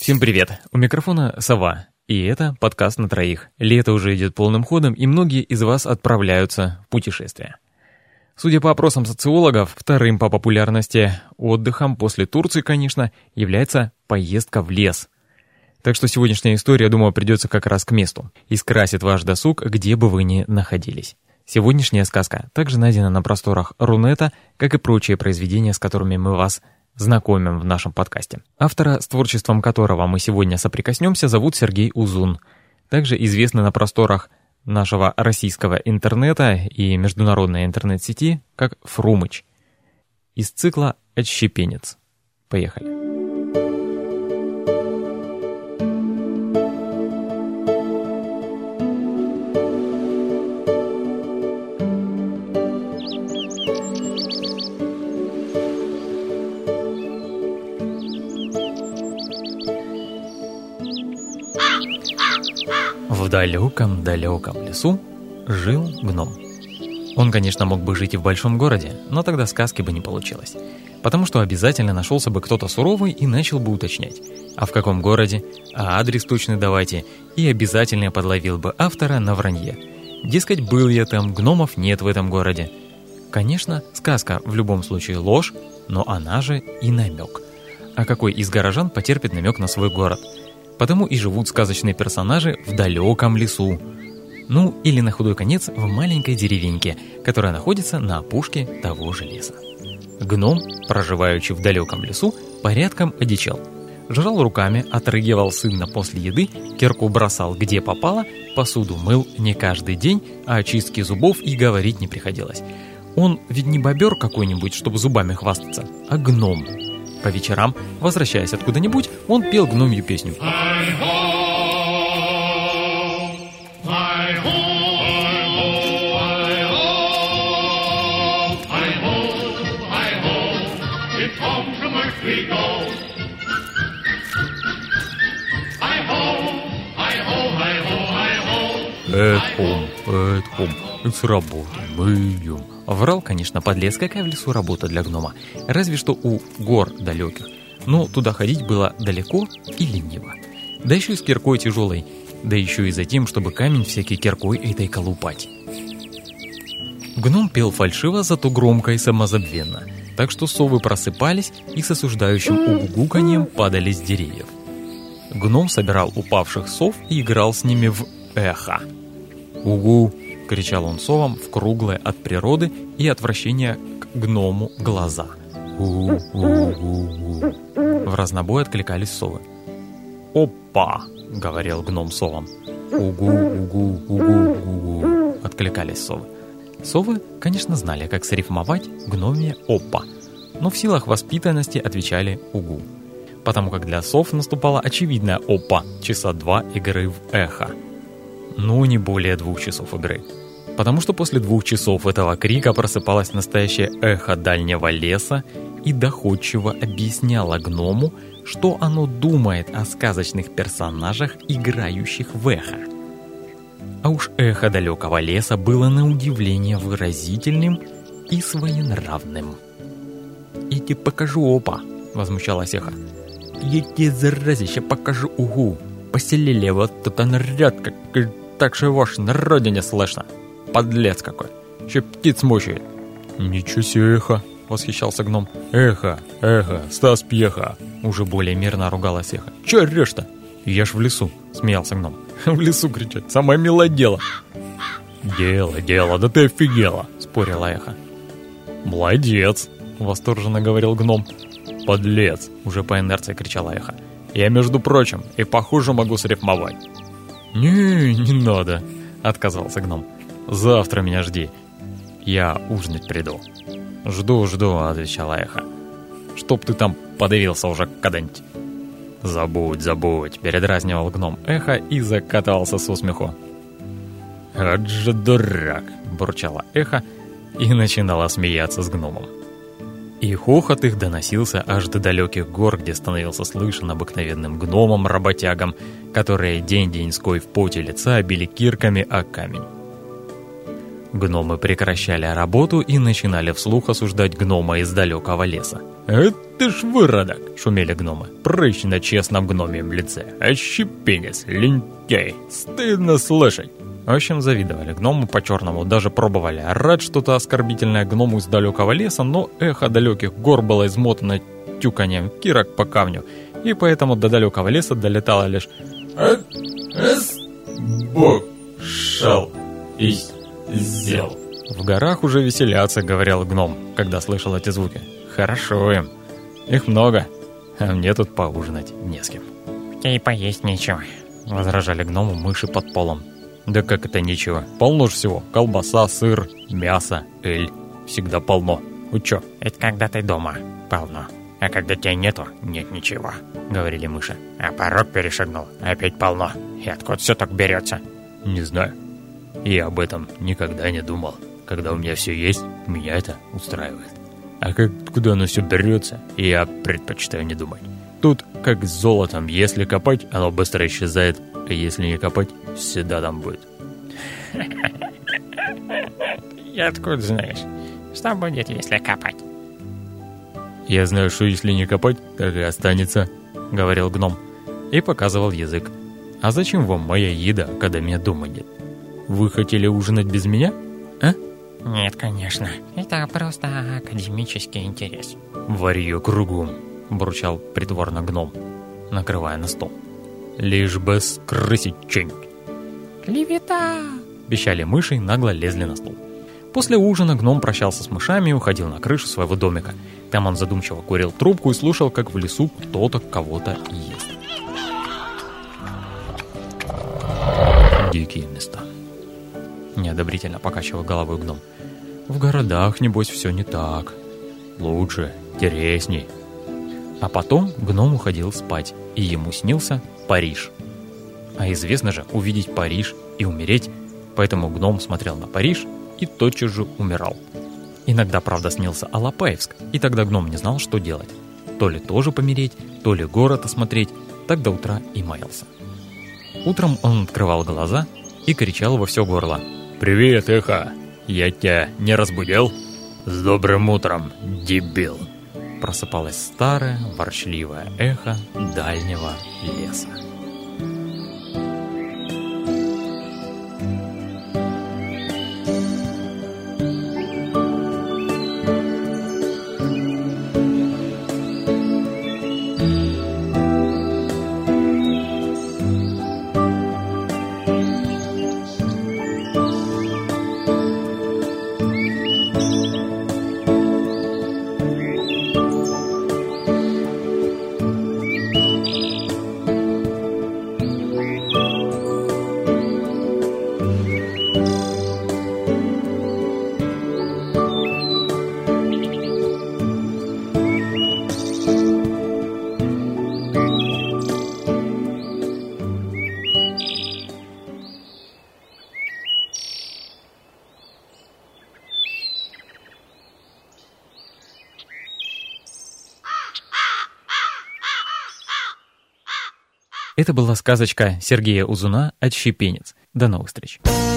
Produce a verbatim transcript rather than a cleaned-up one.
Всем привет! У микрофона Сова, и это подкаст на троих. Лето уже идет полным ходом, и многие из вас отправляются в путешествие. Судя по опросам социологов, вторым по популярности отдыхом после Турции, конечно, является поездка в лес. Так что сегодняшняя история, думаю, придется как раз к месту и скрасит ваш досуг, где бы вы ни находились. Сегодняшняя сказка также найдена на просторах Рунета, как и прочие произведения, с которыми мы вас знакомим в нашем подкасте. Автора, с творчеством которого мы сегодня соприкоснемся, зовут Сергей Узун. Также известный на просторах нашего российского интернета и международной интернет-сети как Фрумыч. Из цикла «Отщепенец». Поехали. В далеком-далеком лесу жил гном. Он, конечно, мог бы жить и в большом городе, но тогда сказки бы не получилось. Потому что обязательно нашелся бы кто-то суровый и начал бы уточнять, а в каком городе, а адрес точный давайте, и обязательно подловил бы автора на вранье. Дескать, был я там, гномов нет в этом городе. Конечно, сказка в любом случае ложь, но она же и намек. А какой из горожан потерпит намек на свой город? Потому и живут сказочные персонажи в далеком лесу. Ну, или на худой конец в маленькой деревеньке, которая находится на опушке того же леса. Гном, проживающий в далеком лесу, порядком одичал. Жрал руками, отрыгивал сына после еды, кирку бросал где попало, посуду мыл не каждый день, а о чистке зубов и говорить не приходилось. Он ведь не бобер какой-нибудь, чтобы зубами хвастаться, а гном. По вечерам, возвращаясь откуда-нибудь, он пел гномью песню. Эт-хом, эт-хом, с работы мы идем. Врал, конечно, подлец, какая в лесу работа для гнома. Разве что у гор далеких. Но туда ходить было далеко и лениво. Да еще и с киркой тяжелой. Да еще и за тем, чтобы камень всякий киркой этой колупать. Гном пел фальшиво, зато громко и самозабвенно. Так что совы просыпались и с осуждающим угуканьем падали с деревьев. Гном собирал упавших сов и играл с ними в эхо. «Угу!» — кричал он совам в круглые от природы и отвращения к гному глаза. «У-у-у-у-у!» В разнобой откликались совы. «Опа!» — говорил гном совам. «Угу-угу-угу-угу!» — откликались совы. Совы, конечно, знали, как срифмовать гномье «опа», но в силах воспитанности отвечали «угу», потому как для сов наступала очевидная «опа» часа два игры в эхо. Ну, не более двух часов игры. Потому что после двух часов этого крика просыпалось настоящее эхо дальнего леса и доходчиво объясняло гному, что оно думает о сказочных персонажах, играющих в эхо. А уж эхо далекого леса было на удивление выразительным и своенравным. «Я тебе покажу, опа!» — возмущалось эхо. «Я тебе, заразище, покажу, угу! Поселили вот тут наряд, как... так что ваш на родине слышно. Подлец какой. Еще птиц мучает». «Ничего себе эхо!» — восхищался гном. «Эхо, эхо, Стас Пьеха!» Уже более мирно ругалась эхо. «Че орешь-то?» «Я ж в лесу!» — смеялся гном. «В лесу кричать, самое милое дело!» «Дело, дело, да ты офигела!» — спорила эхо. «Молодец!» — восторженно говорил гном. «Подлец!» — уже по инерции кричала эхо. «Я, между прочим, и похуже могу срифмовать». «Не, не надо», — отказался гном. «Завтра меня жди. Я ужинать приду». «Жду, жду», — отвечала эхо. «Чтоб ты там подавился уже когда-нибудь». «Забудь, забудь», — передразнивал гном эхо и закатывался со смеху. «Вот же дурак», — бурчало эхо и начинала смеяться с гномом. И хохот их доносился аж до далеких гор, где становился слышен обыкновенным гномам-работягам, которые день-деньской в поте лица били кирками о камень. Гномы прекращали работу и начинали вслух осуждать гнома из далекого леса. «Это ж выродок!» — шумели гномы. «Прыщ на честном гномьем лице, отщепенец, лентяй, стыдно слышать!» В общем, завидовали гному по-черному, даже пробовали орать что-то оскорбительное гному из далекого леса, но эхо далеких гор было измотано тюканьем кирок по камню, и поэтому до далекого леса долетало лишь «Эс, Бог, шел, и зел». «В горах уже веселятся», — говорил гном, когда слышал эти звуки. «Хорошо им. Их много, а мне тут поужинать не с кем». «Тебе и поесть нечего», — возражали гному мыши под полом. «Да как это ничего? Полно ж всего. Колбаса, сыр, мясо, эль. Всегда полно. Вы чё?» «Это когда ты дома полно, а когда тебя нету, нет ничего», — говорили мыши. «А порог перешагнул, опять полно. И откуда все так берется?» «Не знаю. Я об этом никогда не думал. Когда у меня все есть, меня это устраивает. А как, куда оно все берется, я предпочитаю не думать. Тут, как с золотом, если копать, оно быстро исчезает, а если не копать, всегда там будет». «И откуда знаешь, что будет, если копать?» «Я знаю, что если не копать, так и останется», — говорил гном и показывал язык. «А зачем вам моя еда, когда меня дома нет? Вы хотели ужинать без меня, а?» «Нет, конечно. Это просто академический интерес». «Варьё кругом», — бурчал притворно гном, накрывая на стол. «Лишь бы скрысить что-нибудь». «Клевета!» — вещали мыши и нагло лезли на стол. После ужина гном прощался с мышами и уходил на крышу своего домика. Там он задумчиво курил трубку и слушал, как в лесу кто-то кого-то ест. «Дикие места», — неодобрительно покачивал головой гном. «В городах, небось, все не так. Лучше, интересней». А потом гном уходил спать, и ему снился Париж. А известно же, увидеть Париж и умереть, поэтому гном смотрел на Париж и тотчас же умирал. Иногда, правда, снился Алапаевск, и тогда гном не знал, что делать. То ли тоже помереть, то ли город осмотреть, так до утра и маялся. Утром он открывал глаза и кричал во все горло: «Привет, эхо! Я тебя не разбудил? С добрым утром, дебил!» Просыпалось старое, ворчливое эхо дальнего леса. Это была сказочка Сергея Узуна «Отщепенец». До новых встреч!